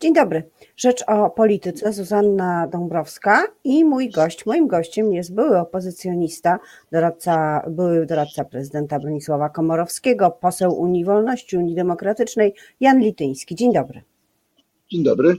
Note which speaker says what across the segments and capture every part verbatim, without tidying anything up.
Speaker 1: Dzień dobry. Rzecz o polityce, Zuzanna Dąbrowska i mój gość. Moim gościem jest były opozycjonista, doradca, były doradca prezydenta Bronisława Komorowskiego, poseł Unii Wolności, Unii Demokratycznej, Jan Lityński. Dzień dobry.
Speaker 2: Dzień dobry.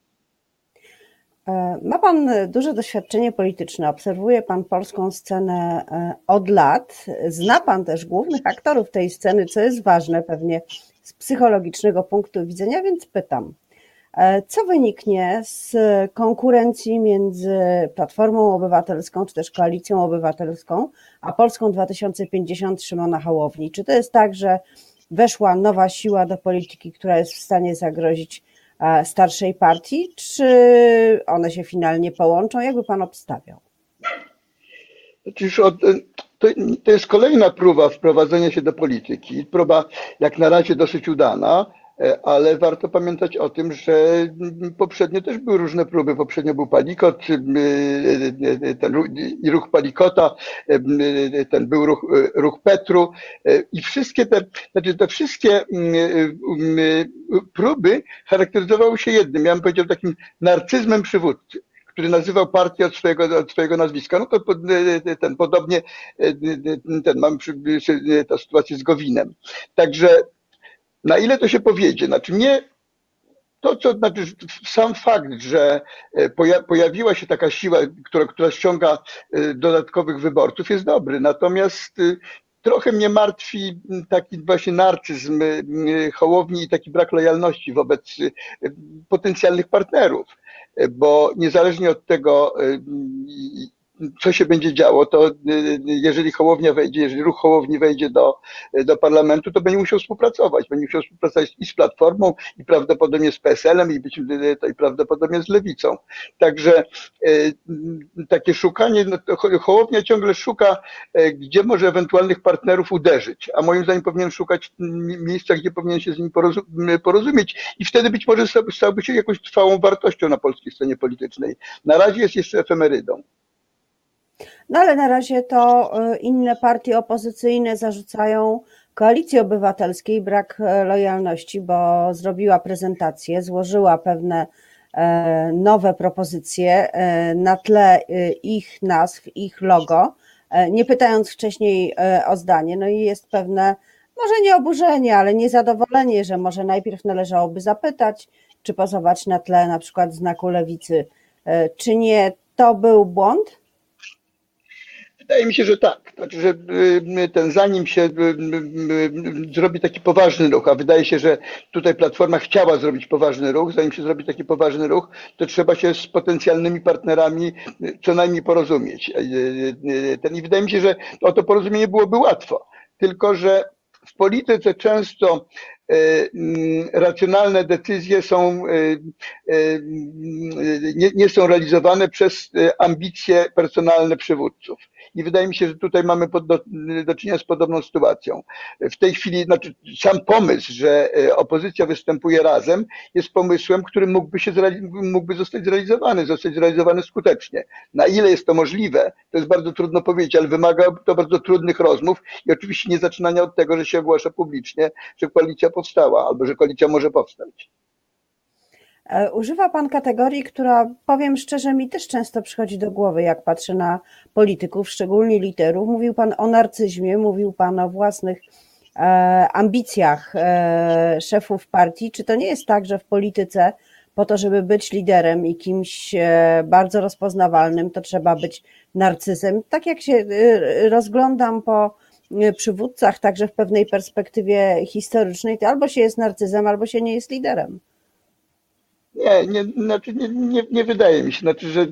Speaker 1: Ma pan duże doświadczenie polityczne, obserwuje pan polską scenę od lat. Zna pan też głównych aktorów tej sceny, co jest ważne pewnie z psychologicznego punktu widzenia, więc pytam. Co wyniknie z konkurencji między Platformą Obywatelską, czy też Koalicją Obywatelską, a Polską dwa tysiące pięćdziesiąt Szymona Hołowni? Czy to jest tak, że weszła nowa siła do polityki, która jest w stanie zagrozić starszej partii, czy one się finalnie połączą? Jakby pan obstawiał?
Speaker 2: To, to jest kolejna próba wprowadzenia się do polityki. Próba jak na razie dosyć udana, ale warto pamiętać o tym, że poprzednio też były różne próby. Poprzednio był Palikot, ten ruch Palikota, ten był ruch, ruch Petru i wszystkie te, znaczy te wszystkie próby charakteryzowały się jednym, ja bym powiedział takim narcyzmem przywódcy, który nazywał partię od swojego, od swojego nazwiska. No to ten podobnie ten mamy ta sytuację z Gowinem. Także na ile to się powiedzie? Znaczy mnie to, co znaczy sam fakt, że pojawiła się taka siła, która, która ściąga dodatkowych wyborców, jest dobry. Natomiast trochę mnie martwi taki właśnie narcyzm Hołowni i taki brak lojalności wobec potencjalnych partnerów, bo niezależnie od tego, co się będzie działo, to jeżeli Hołownia wejdzie, jeżeli ruch Hołowni wejdzie do, do parlamentu, to będzie musiał współpracować. Będzie musiał współpracować i z Platformą, i prawdopodobnie z P S L em, i być i prawdopodobnie z Lewicą. Także takie szukanie, no Hołownia ciągle szuka, gdzie może ewentualnych partnerów uderzyć, a moim zdaniem powinien szukać miejsca, gdzie powinien się z nimi porozumieć i wtedy być może stałby się jakąś trwałą wartością na polskiej scenie politycznej. Na razie jest jeszcze efemerydą.
Speaker 1: No ale na razie to inne partie opozycyjne zarzucają Koalicji Obywatelskiej brak lojalności, bo zrobiła prezentację, złożyła pewne nowe propozycje na tle ich nazw, ich logo, nie pytając wcześniej o zdanie. No i jest pewne, może nie oburzenie, ale niezadowolenie, że może najpierw należałoby zapytać, czy pozować na tle na przykład znaku lewicy. Czy nie to był błąd?
Speaker 2: Wydaje mi się, że tak. Znaczy, że ten zanim się zrobi taki poważny ruch, a wydaje się, że tutaj Platforma chciała zrobić poważny ruch, zanim się zrobi taki poważny ruch, to trzeba się z potencjalnymi partnerami co najmniej porozumieć. I wydaje mi się, że o to porozumienie byłoby łatwo. Tylko że w polityce często racjonalne decyzje są, nie, nie są realizowane przez ambicje personalne przywódców. I wydaje mi się, że tutaj mamy pod, do, do czynienia z podobną sytuacją. W tej chwili, znaczy sam pomysł, że opozycja występuje razem, jest pomysłem, który mógłby się mógłby zostać zrealizowany, zostać zrealizowany skutecznie. Na ile jest to możliwe, to jest bardzo trudno powiedzieć, ale wymaga to bardzo trudnych rozmów i oczywiście nie zaczynania od tego, że się ogłasza publicznie, że koalicja powstała albo że koalicja może powstać.
Speaker 1: Używa pan kategorii, która, powiem szczerze, mi też często przychodzi do głowy, jak patrzę na polityków, szczególnie liderów. Mówił pan o narcyzmie, mówił pan o własnych e, ambicjach e, szefów partii. Czy to nie jest tak, że w polityce po to, żeby być liderem i kimś e, bardzo rozpoznawalnym, to trzeba być narcyzem? Tak jak się e, rozglądam po przywódcach, także w pewnej perspektywie historycznej, to albo się jest narcyzem, albo się nie jest liderem.
Speaker 2: Nie, nie, znaczy nie, nie, nie wydaje mi się, znaczy, że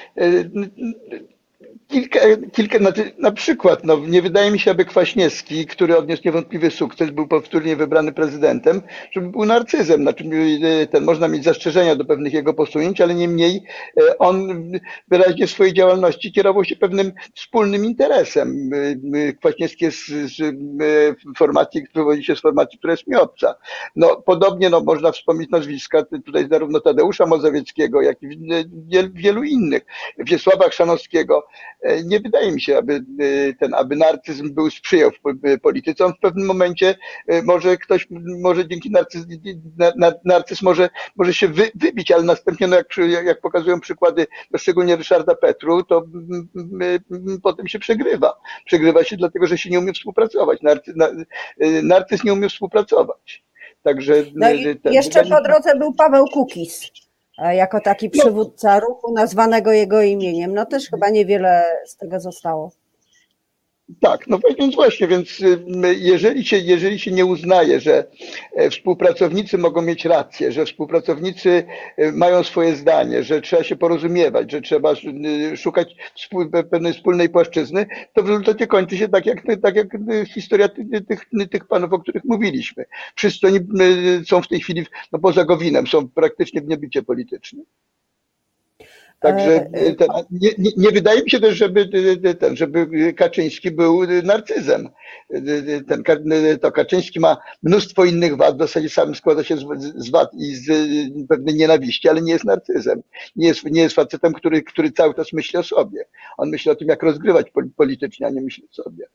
Speaker 2: kilka, kilka znaczy, na przykład, no, nie wydaje mi się, aby Kwaśniewski, który odniósł niewątpliwy sukces, był powtórnie wybrany prezydentem, żeby był narcyzem. Znaczy, ten, można mieć zastrzeżenia do pewnych jego posunięć, ale niemniej on wyraźnie w swojej działalności kierował się pewnym wspólnym interesem. Kwaśniewski jest z formacji, wywodzi się z formacji, która jest mi obca. No, podobnie no, można wspomnieć nazwiska tutaj zarówno Tadeusza Mazowieckiego, jak i wielu innych, Wiesława Chrzanowskiego. Nie wydaje mi się, aby ten, aby narcyzm był sprzyjał w polityce. On w pewnym momencie może ktoś, może dzięki narcyzm, narcyzm może, może się wy, wybić, ale następnie, no jak, jak pokazują przykłady, no szczególnie Ryszarda Petru, to potem się przegrywa. Przegrywa się dlatego, że się nie umie współpracować. Narcy, narcyzm nie umie współpracować. Także
Speaker 1: no i
Speaker 2: ten,
Speaker 1: jeszcze po drodze był Paweł Kukiz, jako taki przywódca ruchu nazwanego jego imieniem. No też chyba niewiele z tego zostało.
Speaker 2: Tak, no więc właśnie, więc jeżeli się, jeżeli się nie uznaje, że współpracownicy mogą mieć rację, że współpracownicy mają swoje zdanie, że trzeba się porozumiewać, że trzeba szukać pewnej wspólnej płaszczyzny, to w rezultacie kończy się tak jak, tak jak historia tych, tych panów, o których mówiliśmy. Wszyscy oni są w tej chwili, no poza Gowinem, są praktycznie w niebycie politycznym. Także ten, nie, nie, nie wydaje mi się też, żeby, ten, żeby Kaczyński był narcyzem. Ten, to Kaczyński ma mnóstwo innych wad, w zasadzie sam składa się z, z wad i z pewnej nienawiści, ale nie jest narcyzem. Nie jest, nie jest facetem, który, który cały czas myśli o sobie. On myśli o tym, jak rozgrywać politycznie, a nie myśli o sobie.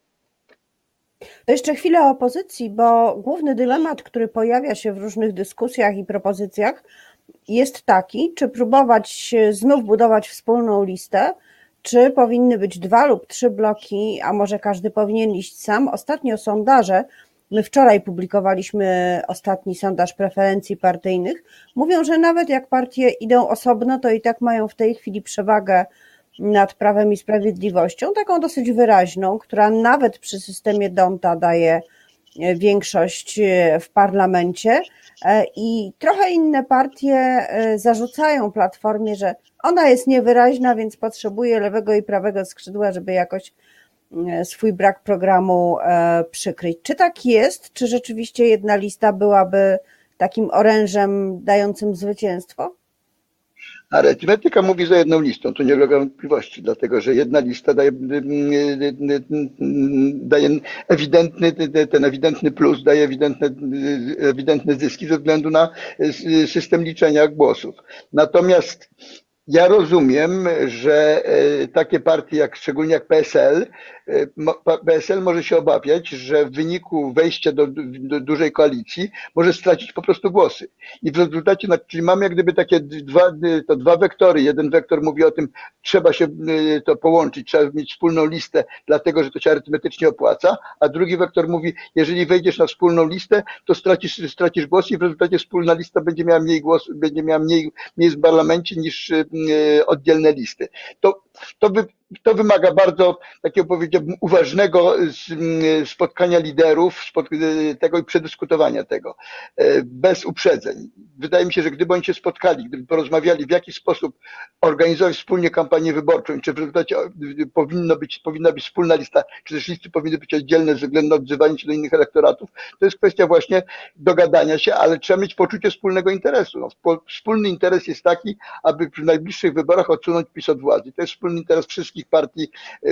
Speaker 1: To jeszcze chwilę o opozycji, bo główny dylemat, który pojawia się w różnych dyskusjach i propozycjach, jest taki, czy próbować znów budować wspólną listę, czy powinny być dwa lub trzy bloki, a może każdy powinien iść sam. Ostatnio sondaże, my wczoraj publikowaliśmy ostatni sondaż preferencji partyjnych, mówią, że nawet jak partie idą osobno, to i tak mają w tej chwili przewagę nad Prawem i Sprawiedliwością, taką dosyć wyraźną, która nawet przy systemie D'Hondta daje większość w parlamencie i trochę inne partie zarzucają Platformie, że ona jest niewyraźna, więc potrzebuje lewego i prawego skrzydła, żeby jakoś swój brak programu przykryć. Czy tak jest? Czy rzeczywiście jedna lista byłaby takim orężem dającym zwycięstwo?
Speaker 2: Arytmetyka mówi za jedną listą, tu nie ulega wątpliwości, dlatego że jedna lista daje, daje ewidentny, ten ewidentny plus, daje ewidentne, ewidentne zyski ze względu na system liczenia głosów. Natomiast ja rozumiem, że takie partie jak szczególnie jak P S L, P S L może się obawiać, że w wyniku wejścia do, do dużej koalicji może stracić po prostu głosy. I w rezultacie, czyli mamy jak gdyby takie dwa, to dwa wektory. Jeden wektor mówi o tym, trzeba się to połączyć, trzeba mieć wspólną listę, dlatego że to się arytmetycznie opłaca, a drugi wektor mówi, jeżeli wejdziesz na wspólną listę, to stracisz, stracisz głosy i w rezultacie wspólna lista będzie miała mniej głosów, będzie miała mniej miejsc w parlamencie niż oddzielne listy. To, to, by, to wymaga bardzo takiego, powiedziałbym, uważnego spotkania liderów, tego i przedyskutowania tego, bez uprzedzeń. Wydaje mi się, że gdyby oni się spotkali, gdyby porozmawiali, w jaki sposób organizować wspólnie kampanię wyborczą, czy w rezultacie powinno być, powinna być wspólna lista, czy też listy powinny być oddzielne ze względu na odzywanie się do innych elektoratów, to jest kwestia właśnie dogadania się, ale trzeba mieć poczucie wspólnego interesu. No, wspólny interes jest taki, aby przy najbliższych wyborach odsunąć PiS od władzy. To jest wspólny interes wszystkich partii,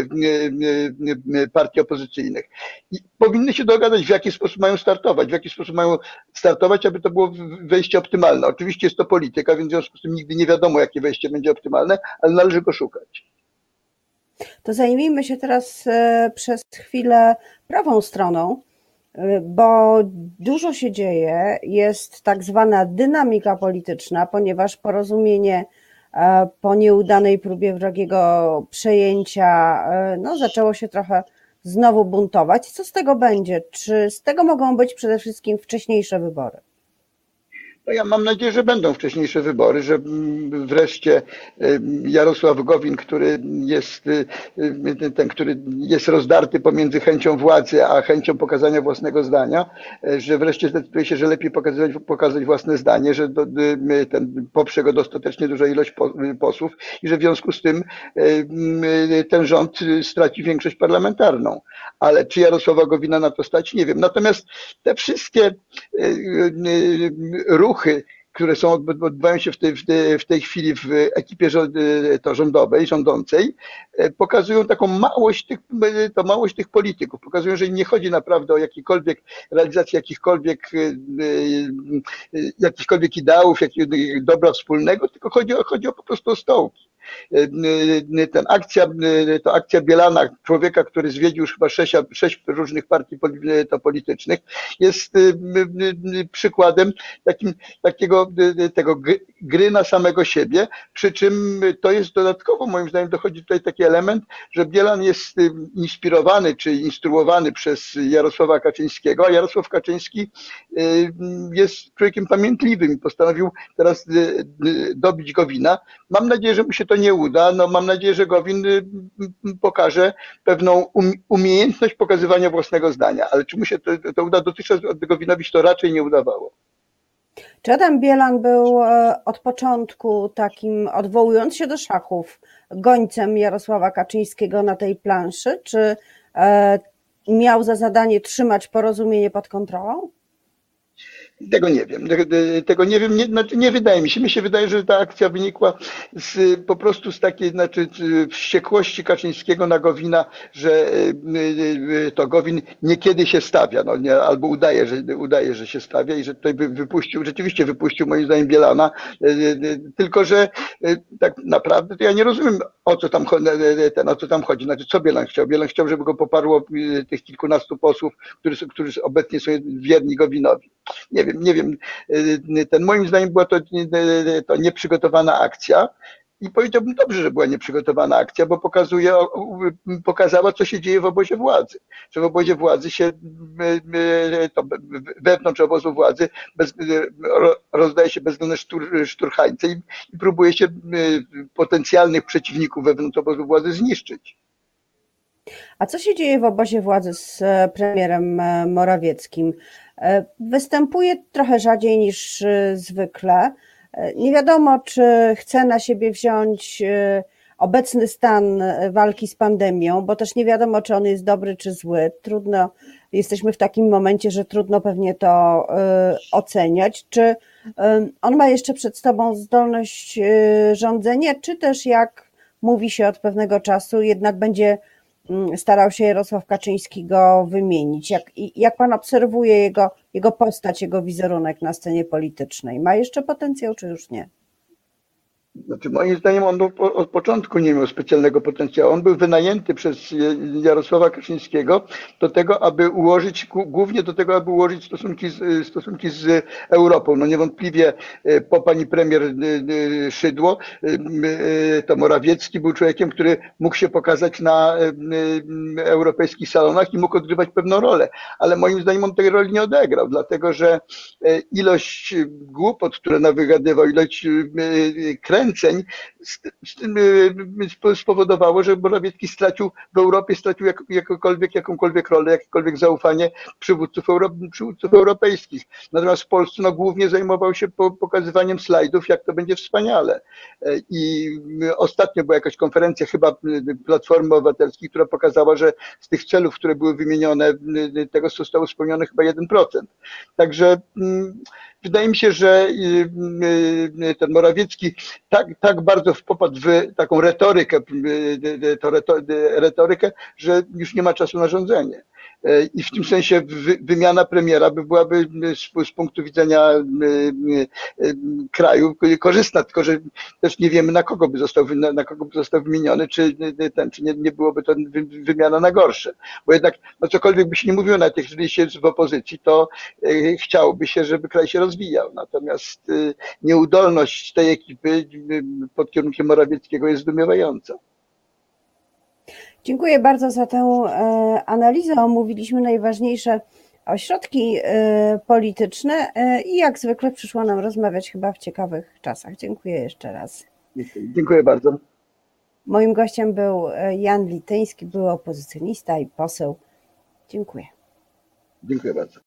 Speaker 2: partii opozycyjnych. I powinny się dogadać, w jaki sposób mają startować, w jaki sposób mają startować, aby to było wejście optymalne. Oczywiście jest to polityka, więc w związku z tym nigdy nie wiadomo, jakie wejście będzie optymalne, ale należy go szukać.
Speaker 1: To zajmijmy się teraz przez chwilę prawą stroną, bo dużo się dzieje, jest tak zwana dynamika polityczna, ponieważ porozumienie po nieudanej próbie wrogiego przejęcia no, zaczęło się trochę znowu buntować. Co z tego będzie? Czy z tego mogą być przede wszystkim wcześniejsze wybory?
Speaker 2: No ja mam nadzieję, że będą wcześniejsze wybory, że wreszcie Jarosław Gowin, który jest ten, który jest rozdarty pomiędzy chęcią władzy, a chęcią pokazania własnego zdania, że wreszcie zdecyduje się, że lepiej pokazać, pokazać własne zdanie, że do, ten, poprze go dostatecznie duża ilość posłów i że w związku z tym ten rząd straci większość parlamentarną. Ale czy Jarosława Gowina na to stać? Nie wiem. Natomiast te wszystkie ruchy, które są, odbywają się w tej, w tej, w tej chwili w ekipie to rządowej, rządzącej, pokazują taką małość tych, to małość tych polityków. Pokazują, że im nie chodzi naprawdę o jakikolwiek realizację jakichkolwiek, jakichkolwiek ideałów, jakiego dobra wspólnego, tylko chodzi o, chodzi o po prostu o stołki. Ten akcja, to akcja Bielana, człowieka, który zwiedził już chyba sześć, sześć różnych partii politycznych, jest przykładem takim, takiego tego gry na samego siebie, przy czym to jest dodatkowo, moim zdaniem, dochodzi tutaj taki element, że Bielan jest inspirowany czy instruowany przez Jarosława Kaczyńskiego, a Jarosław Kaczyński jest człowiekiem pamiętliwym i postanowił teraz dobić Gowina. Mam nadzieję, że mu się to nie uda. No, mam nadzieję, że Gowin pokaże pewną umiejętność pokazywania własnego zdania, ale czy mu się to, to uda? Dotychczas Gowinowi się to raczej nie udawało.
Speaker 1: Czy Adam Bielan był od początku takim, odwołując się do szachów, gońcem Jarosława Kaczyńskiego na tej planszy, czy miał za zadanie trzymać porozumienie pod kontrolą?
Speaker 2: Tego nie wiem, tego nie wiem, nie, znaczy nie wydaje mi się, mi się wydaje, że ta akcja wynikła z, po prostu z takiej, znaczy wściekłości Kaczyńskiego na Gowina, że to Gowin niekiedy się stawia, no nie, albo udaje, że udaje, że się stawia i że tutaj wypuścił, rzeczywiście wypuścił moim zdaniem Bielana, tylko że tak naprawdę to ja nie rozumiem, o co tam, ten, o co tam chodzi, znaczy co Bielan chciał. Bielan chciał, żeby go poparło tych kilkunastu posłów, którzy, którzy obecnie są wierni Gowinowi. Nie wiem, nie wiem, ten moim zdaniem była to, to nieprzygotowana akcja i powiedziałbym dobrze, że była nieprzygotowana akcja, bo pokazuje, pokazała, co się dzieje w obozie władzy, że w obozie władzy się, to wewnątrz obozu władzy bez, rozdaje się bezwzględne sztur, szturchańce i, i próbuje się potencjalnych przeciwników wewnątrz obozu władzy zniszczyć.
Speaker 1: A co się dzieje w obozie władzy z premierem Morawieckim? Występuje trochę rzadziej niż zwykle. Nie wiadomo, czy chce na siebie wziąć obecny stan walki z pandemią, bo też nie wiadomo, czy on jest dobry, czy zły. Trudno, jesteśmy w takim momencie, że trudno pewnie to oceniać. Czy on ma jeszcze przed sobą zdolność rządzenia, czy też, jak mówi się od pewnego czasu, jednak będzie starał się Jarosław Kaczyński go wymienić? Jak, jak pan obserwuje jego, jego postać, jego wizerunek na scenie politycznej? Ma jeszcze potencjał, czy już nie?
Speaker 2: Znaczy, moim zdaniem on był, od początku nie miał specjalnego potencjału. On był wynajęty przez Jarosława Kaczyńskiego do tego, aby ułożyć, głównie do tego, aby ułożyć stosunki z, stosunki z Europą. No niewątpliwie po pani premier Szydło to Morawiecki był człowiekiem, który mógł się pokazać na europejskich salonach i mógł odgrywać pewną rolę. Ale moim zdaniem on tej roli nie odegrał, dlatego że ilość głupot, które nawygadywał, ilość kręceń spowodowało, że Morawiecki stracił w Europie, stracił jak, jakąkolwiek, jakąkolwiek rolę, jakiekolwiek zaufanie przywódców, euro, przywódców europejskich. Natomiast w Polsce no, głównie zajmował się pokazywaniem slajdów, jak to będzie wspaniale. I ostatnio była jakaś konferencja chyba Platformy Obywatelskiej, która pokazała, że z tych celów, które były wymienione, tego zostało spełnione chyba jeden procent. Także wydaje mi się, że ten Morawiecki tak, tak bardzo popadł w taką retorykę, to retorykę, że już nie ma czasu na rządzenie. I w tym sensie wymiana premiera byłaby z punktu widzenia kraju korzystna, tylko że też nie wiemy, na kogo by został, na kogo by został wymieniony, czy, ten, czy nie, nie byłoby to wymiana na gorsze. Bo jednak, no cokolwiek by się nie mówiło, nawet jeżeli się jest w opozycji, to chciałoby się, żeby kraj się rozwijał. Natomiast nieudolność tej ekipy pod kierunkiem Morawieckiego jest zdumiewająca.
Speaker 1: Dziękuję bardzo za tę analizę. Omówiliśmy najważniejsze ośrodki polityczne i jak zwykle przyszło nam rozmawiać chyba w ciekawych czasach. Dziękuję jeszcze raz.
Speaker 2: Dziękuję bardzo.
Speaker 1: Moim gościem był Jan Lityński, były opozycjonista i poseł. Dziękuję.
Speaker 2: Dziękuję bardzo.